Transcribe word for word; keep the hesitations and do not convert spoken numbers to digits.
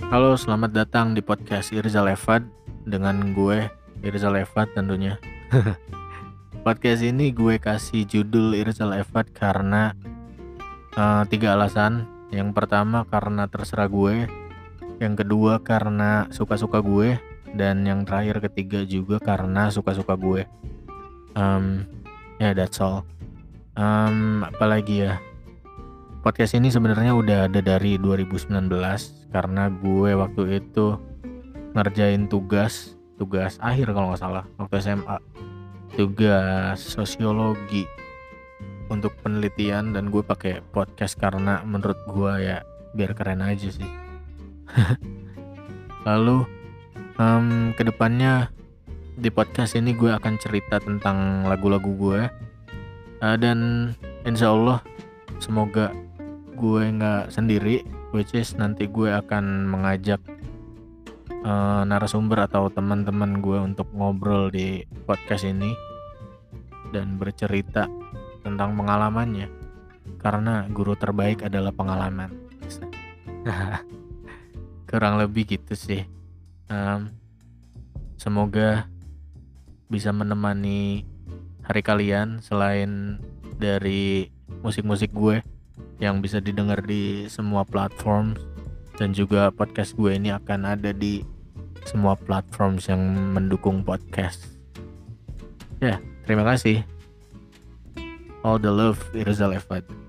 Halo, selamat datang di podcast Irzal Efad dengan gue Irzal Efad tentunya. Podcast ini gue kasih judul Irzal Efad karena uh, tiga alasan. Yang pertama karena terserah gue, yang kedua karena suka-suka gue, dan yang terakhir ketiga juga karena suka-suka gue. Um, ya yeah, that's all. Um, apalagi ya? Podcast ini sebenarnya udah ada dari dua ribu sembilan belas karena gue waktu itu ngerjain tugas tugas akhir kalau nggak salah waktu S M A, tugas sosiologi untuk penelitian, dan gue pakai podcast karena menurut gue ya biar keren aja sih. Lalu um, kedepannya di podcast ini gue akan cerita tentang lagu-lagu gue, uh, dan insya Allah semoga gue nggak sendiri, which is nanti gue akan mengajak uh, narasumber atau teman-teman gue untuk ngobrol di podcast ini dan bercerita tentang pengalamannya, karena guru terbaik adalah pengalaman. Kurang lebih gitu sih. um, Semoga bisa menemani hari kalian selain dari musik-musik gue yang bisa didengar di semua platform, dan juga podcast gue ini akan ada di semua platform yang mendukung podcast. Ya, terima kasih. All the love, Irzal Efad.